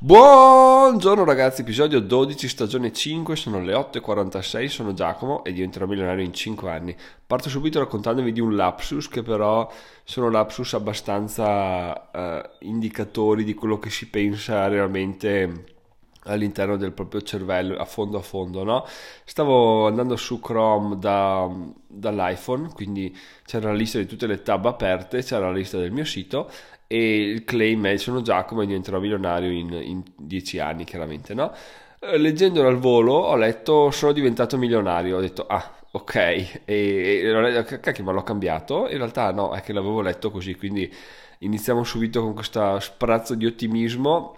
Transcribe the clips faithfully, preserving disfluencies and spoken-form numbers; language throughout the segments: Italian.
Buongiorno ragazzi, episodio dodici, stagione cinque, sono le otto e quarantasei, sono Giacomo e diventerò milionario in cinque anni. Parto subito raccontandovi di un lapsus che però sono lapsus abbastanza eh, indicatori di quello che si pensa realmente all'interno del proprio cervello, a fondo a fondo, no? Stavo andando su Chrome da, dall'iPhone, quindi c'era la lista di tutte le tab aperte, c'era la lista del mio sito e il claim è: sono Giacomo e diventerò milionario in, in dieci anni, chiaramente, no? Eh, Leggendolo al volo ho letto sono diventato milionario, ho detto ah, ok, e, e ho detto, cacchio, ma l'ho cambiato? In realtà no, è che l'avevo letto così, quindi iniziamo subito con questo sprazzo di ottimismo,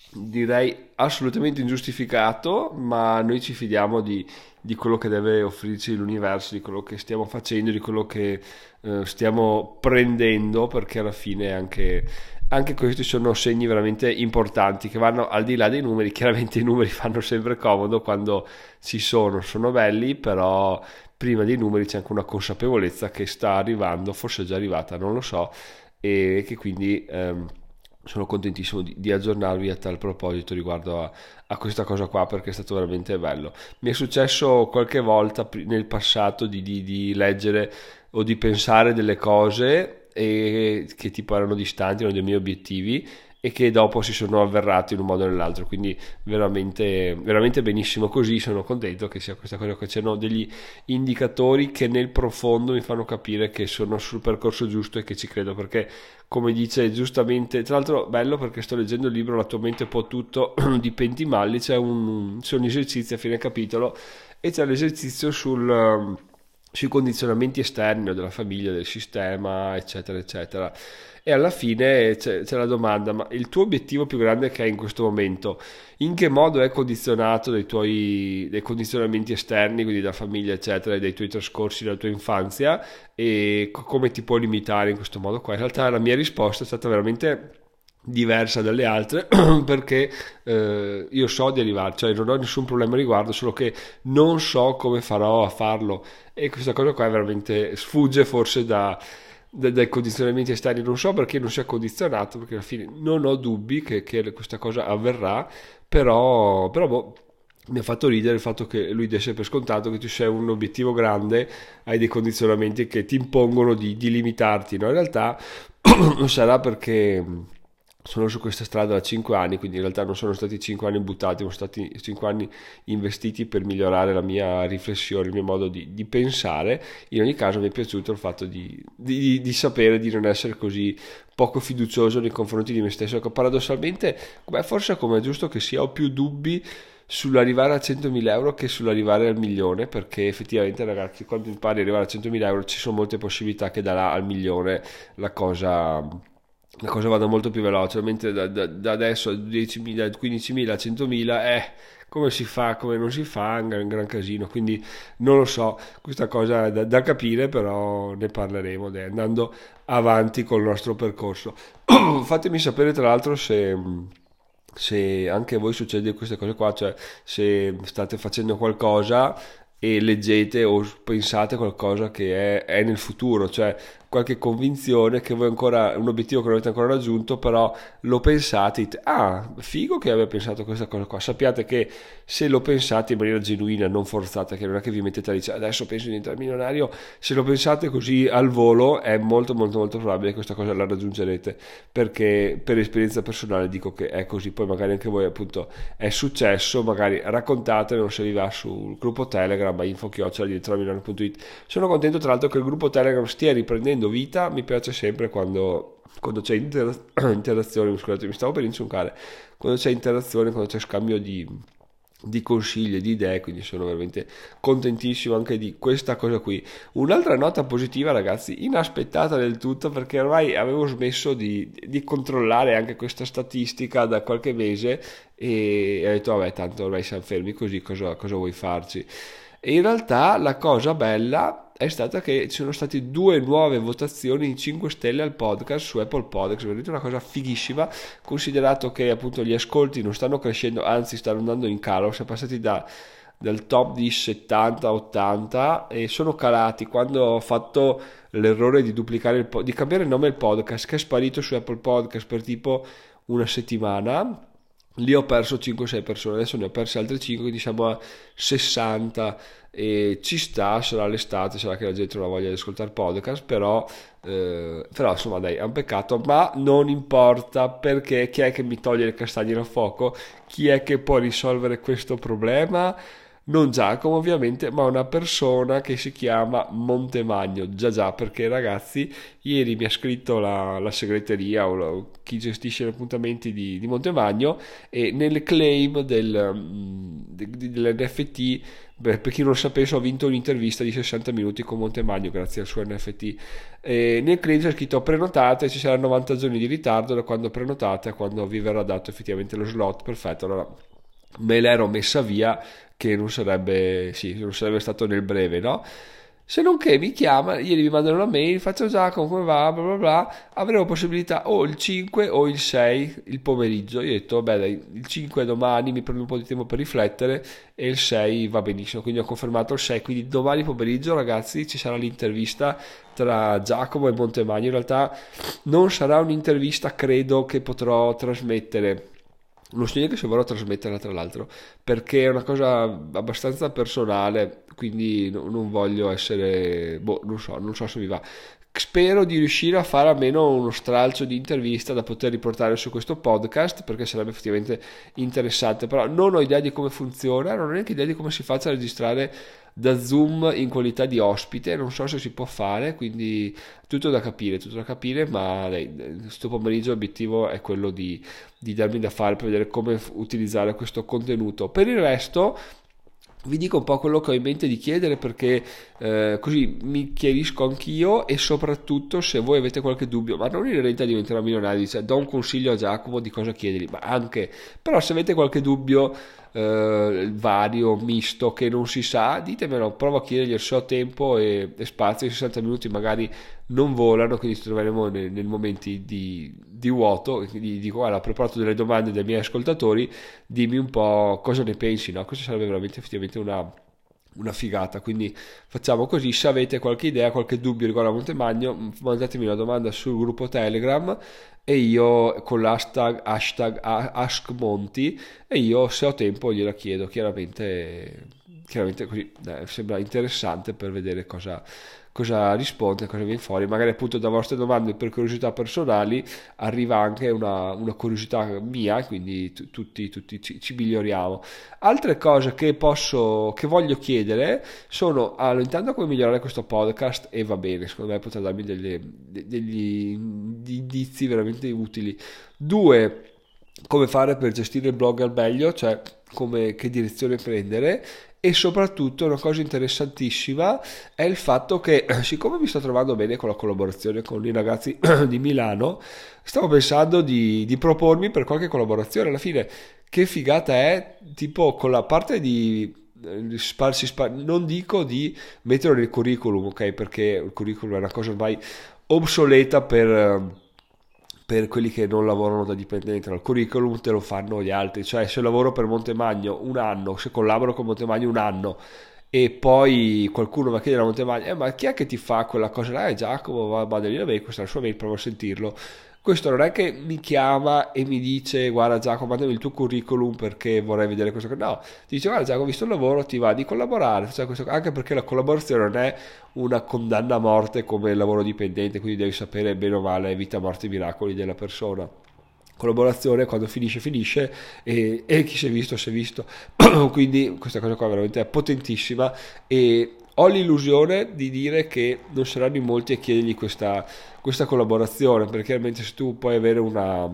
direi assolutamente ingiustificato, ma noi ci fidiamo di, di quello che deve offrirci l'universo, di quello che stiamo facendo, di quello che eh, stiamo prendendo, perché alla fine anche, anche questi sono segni veramente importanti che vanno al di là dei numeri. Chiaramente i numeri fanno sempre comodo quando ci sono, sono belli, però prima dei numeri c'è anche una consapevolezza che sta arrivando, forse è già arrivata, non lo so, e che quindi ehm, sono contentissimo di, di aggiornarvi a tal proposito riguardo a, a questa cosa qua, perché è stato veramente bello. Mi è successo qualche volta pri- nel passato di, di- di leggere o di pensare delle cose e, che tipo erano distanti, erano dei miei obiettivi e che dopo si sono avverrati in un modo o nell'altro, quindi veramente, veramente benissimo così. Sono contento che sia questa cosa, che c'erano degli indicatori che nel profondo mi fanno capire che sono sul percorso giusto e che ci credo, perché come dice giustamente, tra l'altro bello perché sto leggendo il libro La tua mente può tutto di Pentimalli, c'è un, c'è un esercizio a fine capitolo e c'è l'esercizio sul, um, sui condizionamenti esterni, no, della famiglia, del sistema, eccetera eccetera, e alla fine c'è, c'è la domanda: ma il tuo obiettivo più grande che hai in questo momento, in che modo è condizionato dai tuoi dai condizionamenti esterni, quindi da famiglia eccetera, e dai tuoi trascorsi della tua infanzia, e co- come ti può limitare in questo modo qua? In realtà la mia risposta è stata veramente diversa dalle altre perché eh, io so di arrivare, cioè non ho nessun problema a riguardo, solo che non so come farò a farlo, e questa cosa qua è veramente sfugge forse da, da- dai condizionamenti esterni. Non so perché non sia condizionato, perché alla fine non ho dubbi che, che questa cosa avverrà, però, però boh, mi ha fatto ridere il fatto che lui desse per scontato che tu sei un obiettivo grande, hai dei condizionamenti che ti impongono di, di limitarti, no? In realtà non sarà perché sono su questa strada da cinque anni, quindi in realtà non sono stati cinque anni buttati, sono stati cinque anni investiti per migliorare la mia riflessione, il mio modo di, di pensare. In ogni caso mi è piaciuto il fatto di, di, di sapere di non essere così poco fiducioso nei confronti di me stesso. Ecco, paradossalmente, beh, forse come è giusto che sia, ho più dubbi sull'arrivare a centomila euro che sull'arrivare al milione, perché effettivamente ragazzi, quando impari ad arrivare a centomila euro ci sono molte possibilità che da là al milione la cosa la cosa vada molto più veloce, mentre da, da- da adesso a diecimila, quindicimila, centomila, eh, come si fa, come non si fa, è un gran, gran casino, quindi non lo so, questa cosa è da, da capire, però ne parleremo dai, andando avanti col nostro percorso. Fatemi sapere tra l'altro se, se anche a voi succede queste cose qua, cioè se state facendo qualcosa e leggete o pensate qualcosa che è, è nel futuro, cioè qualche convinzione che voi ancora, un obiettivo che non avete ancora raggiunto, però lo pensate, dite, ah, figo che abbia pensato questa cosa qua. Sappiate che se lo pensate in maniera genuina, non forzata, che non è che vi mettete a dire adesso penso di diventare milionario, se lo pensate così al volo è molto molto molto probabile che questa cosa la raggiungerete, perché per esperienza personale dico che è così. Poi magari anche voi appunto è successo, magari raccontatelo se vi va sul gruppo Telegram a info chiocciola diventerò milionario punto it. Sono contento tra l'altro che il gruppo Telegram stia riprendendo vita, mi piace sempre quando, quando c'è inter- interazione, scusate, mi stavo per inciuncare, quando c'è interazione, quando c'è scambio di, di consigli e di idee, quindi sono veramente contentissimo anche di questa cosa qui. Un'altra nota positiva ragazzi, inaspettata del tutto, perché ormai avevo smesso di, di controllare anche questa statistica da qualche mese e ho detto vabbè, tanto ormai siamo fermi così, cosa, cosa vuoi farci? E in realtà la cosa bella è stata che ci sono state due nuove votazioni in cinque stelle al podcast su Apple Podcast, veramente una cosa fighissima, considerato che appunto gli ascolti non stanno crescendo, anzi stanno andando in calo, siamo passati da, dal top di settanta ottanta e sono calati quando ho fatto l'errore di duplicare il po- di cambiare il nome del podcast, che è sparito su Apple Podcast per tipo una settimana. Lì ho perso cinque sei persone, adesso ne ho perse altre cinque, quindi siamo a sessanta e ci sta, sarà l'estate, sarà che la gente non ha voglia di ascoltare podcast, però, eh, però insomma dai, è un peccato, ma non importa perché chi è che mi toglie le castagne dal fuoco? Chi è che può risolvere questo problema? Non Giacomo ovviamente, ma una persona che si chiama Montemagno. Già già, perché ragazzi, ieri mi ha scritto la, la segreteria o la- chi gestisce gli appuntamenti di, di Montemagno e nel claim del, mm, de- de- dell'N F T, beh, per chi non lo sapesse, ho vinto un'intervista di sessanta minuti con Montemagno grazie al suo N F T. E nel claim c'è scritto prenotate, ci saranno novanta giorni di ritardo da quando prenotate a quando vi verrà dato effettivamente lo slot. Perfetto, allora me l'ero messa via che non sarebbe, sì, non sarebbe stato nel breve, no? Se non che mi chiama, ieri mi mandano una mail, faccio Giacomo come va, bla bla bla, avremo possibilità o il cinque o il sei il pomeriggio. Io ho detto, vabbè dai, il cinque è domani, mi prendo un po' di tempo per riflettere e il sei va benissimo, quindi ho confermato il sei, quindi domani pomeriggio ragazzi ci sarà l'intervista tra Giacomo e Montemagno. In realtà non sarà un'intervista, credo, che potrò trasmettere, non so neanche se vorrò trasmetterla tra l'altro, perché è una cosa abbastanza personale, quindi no- non voglio essere, boh, non so, non so se mi va. Spero di riuscire a fare almeno uno stralcio di intervista da poter riportare su questo podcast, perché sarebbe effettivamente interessante, però non ho idea di come funziona, non ho neanche idea di come si faccia a registrare da Zoom in qualità di ospite, non so se si può fare, quindi tutto da capire, tutto da capire, ma dai, questo pomeriggio l'obiettivo è quello di, di darmi da fare per vedere come f- utilizzare questo contenuto. Per il resto vi dico un po' quello che ho in mente di chiedere, perché eh, così mi chiarisco anch'io, e soprattutto se voi avete qualche dubbio, ma non inerente a diventare milionario, cioè do un consiglio a Giacomo di cosa chiedergli, ma anche, però se avete qualche dubbio eh, vario, misto, che non si sa, ditemelo, provo a chiedergli se ho tempo e, e spazio. I sessanta minuti magari non volano, quindi ci troveremo nei, nei momenti di, di vuoto, e quindi dico, guarda, ho preparato delle domande dai miei ascoltatori, dimmi un po' cosa ne pensi, no? Questo sarebbe veramente effettivamente una, una figata, quindi facciamo così. Se avete qualche idea, qualche dubbio riguardo a Montemagno, mandatemi una domanda sul gruppo Telegram e io con l'hashtag hashtag askmonti, e io se ho tempo gliela chiedo, chiaramente, chiaramente così eh, sembra interessante per vedere cosa cosa risponde, cosa viene fuori. Magari appunto da vostre domande per curiosità personali arriva anche una, una curiosità mia, quindi tu- tutti, tutti ci, ci miglioriamo. Altre cose che posso, che voglio chiedere sono, allora, intanto come migliorare questo podcast, e va bene, secondo me potrà darmi delle- de- degli indizi veramente utili. Due, come fare per gestire il blog al meglio, cioè come, che direzione prendere. E soprattutto una cosa interessantissima è il fatto che, siccome mi sto trovando bene con la collaborazione con i ragazzi di Milano, stavo pensando di, di propormi per qualche collaborazione. Alla fine, che figata è, tipo con la parte di eh, sparsi, spar- non dico di metterlo nel curriculum, ok? Perché il curriculum è una cosa ormai obsoleta per, eh, per quelli che non lavorano da dipendenti. Al curriculum te lo fanno gli altri, cioè se lavoro per Montemagno un anno, se collaboro con Montemagno un anno e poi qualcuno va a chiedere a Montemagno, eh, ma chi è che ti fa quella cosa là? Eh, Giacomo, va, va lì, vabbè, questa è la sua mail, provo a sentirlo. Questo non è che mi chiama e mi dice, guarda Giacomo, mandami il tuo curriculum perché vorrei vedere questo. No, ti dice, guarda Giacomo, ho visto il lavoro, ti va di collaborare, facciamo questo. Anche perché la collaborazione non è una condanna a morte come il lavoro dipendente, quindi devi sapere bene o male vita, morte e miracoli della persona. Collaborazione, quando finisce finisce, e, e chi si è visto si è visto. Quindi questa cosa qua veramente è potentissima, e ho l'illusione di dire che non saranno in molti a chiedergli questa, questa collaborazione, perché chiaramente se tu puoi avere una,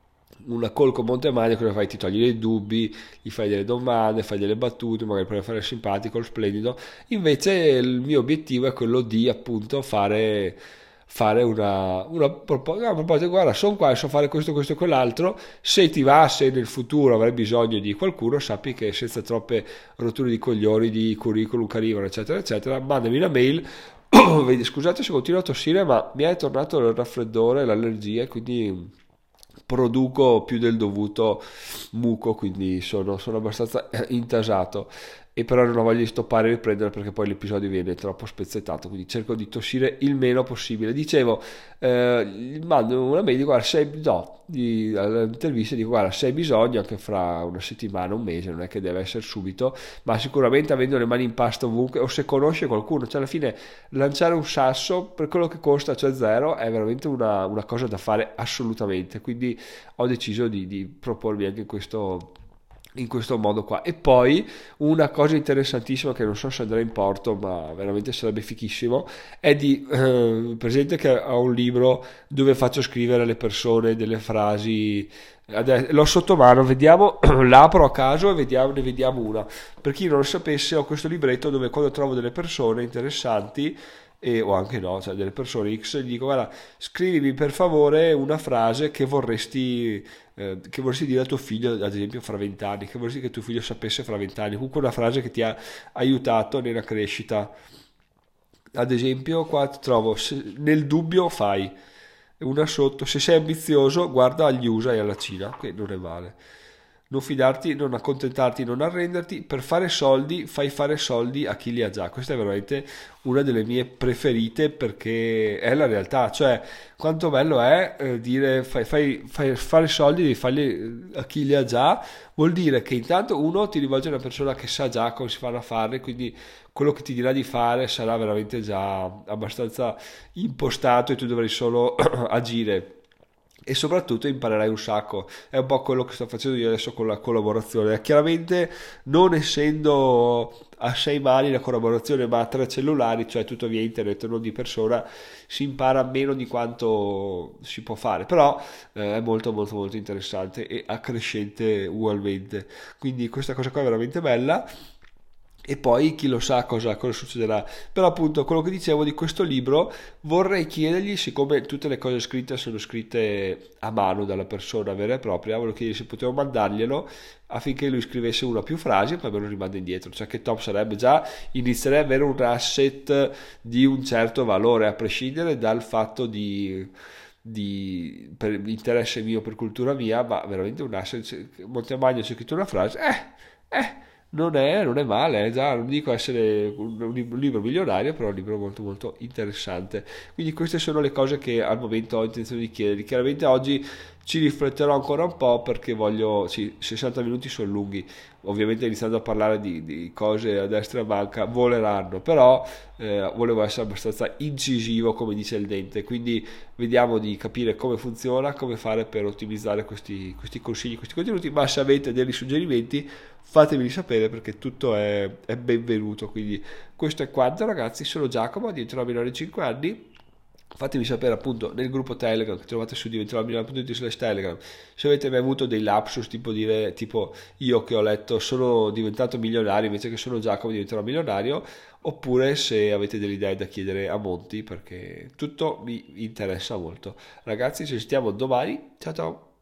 una call con Montemagno, cosa fai? Ti togli dei dubbi, gli fai delle domande, fai delle battute, magari puoi fare il simpatico, il splendido. Invece il mio obiettivo è quello di appunto fare fare una, una proposta, una proposta, guarda, sono qua, so fare questo, questo e quell'altro, se ti va, se nel futuro avrai bisogno di qualcuno, sappi che senza troppe rotture di coglioni, di curriculum che arrivano, eccetera, eccetera, mandami una mail. Vedi, scusate se continuo a tossire, ma mi è tornato il raffreddore, l'allergia, quindi produco più del dovuto muco, quindi sono, sono abbastanza intasato. e però non ho voglia di stoppare e riprendere perché poi l'episodio viene troppo spezzettato, quindi cerco di tossire il meno possibile. Dicevo, eh, gli mando una mail di guarda, se hai, no, di, all'intervista dico guarda, se hai bisogno anche fra una settimana, un mese, non è che deve essere subito, ma sicuramente avendo le mani in pasta ovunque, o se conosce qualcuno, cioè alla fine lanciare un sasso per quello che costa, cioè zero, è veramente una, una cosa da fare assolutamente, quindi ho deciso di, di propormi anche questo in questo modo qua. E poi una cosa interessantissima che non so se andrà in porto, ma veramente sarebbe fichissimo, è di eh, presente che ho un libro dove faccio scrivere alle persone delle frasi. Adesso, l'ho sotto mano, vediamo, l'apro a caso e vediamo, ne vediamo una. Per chi non lo sapesse, ho questo libretto dove quando trovo delle persone interessanti e, o anche no, cioè delle persone X, gli dico guarda, scrivimi per favore una frase che vorresti, eh, che vorresti dire a tuo figlio, ad esempio fra vent'anni, che vorresti che tuo figlio sapesse fra vent'anni, comunque una frase che ti ha aiutato nella crescita. Ad esempio qua ti trovo, se- nel dubbio fai una sotto, se sei ambizioso guarda agli U S A e alla Cina, che non è male. Non fidarti, non accontentarti, non arrenderti. Per fare soldi, fai fare soldi a chi li ha già. Questa è veramente una delle mie preferite perché è la realtà. Cioè, quanto bello è eh, dire fai, fai- fai fare soldi, devi farli eh, a chi li ha già. Vuol dire che intanto uno ti rivolge a una persona che sa già come si fanno a farle, quindi quello che ti dirà di fare sarà veramente già abbastanza impostato e tu dovrai solo agire e soprattutto imparerai un sacco. È un po' quello che sto facendo io adesso con la collaborazione. Chiaramente non essendo a sei mani la collaborazione, ma a tre cellulari, cioè tutto via internet, non di persona, si impara meno di quanto si può fare, però eh, è molto molto molto interessante e accrescente ugualmente. Quindi questa cosa qua è veramente bella. E poi chi lo sa cosa, cosa succederà. Però appunto quello che dicevo di questo libro vorrei chiedergli, siccome tutte le cose scritte sono scritte a mano dalla persona vera e propria, volevo chiedergli se potevo mandarglielo affinché lui scrivesse una o più frasi e poi me lo rimanda indietro. Cioè che top sarebbe, già inizierei ad avere un asset di un certo valore a prescindere dal fatto di di per interesse mio, per cultura mia, ma veramente un asset. Montemagno c'è scritto una frase, eh eh non è, non è male, eh, già non dico essere un, un lib- un libro milionario, però è un libro molto molto interessante. Quindi queste sono le cose che al momento ho intenzione di chiedergli. Chiaramente oggi ci rifletterò ancora un po' perché voglio, sì, sessanta minuti sono lunghi, ovviamente iniziando a parlare di, di cose a destra e a manca voleranno, però eh, volevo essere abbastanza incisivo come dice il dente, quindi vediamo di capire come funziona, come fare per ottimizzare questi, questi consigli, questi contenuti, ma se avete dei suggerimenti fatemeli sapere perché tutto è, è benvenuto. Quindi questo è quanto ragazzi, sono Giacomo, diventerò minore di cinque anni. Fatemi sapere appunto nel gruppo Telegram che trovate su diventerò punto it slash Telegram se avete mai avuto dei lapsus, tipo dire tipo io che ho letto sono diventato milionario invece che sono Giacomo diventerò milionario, oppure se avete delle idee da chiedere a Monti perché tutto mi interessa molto. Ragazzi, ci sentiamo domani, ciao ciao.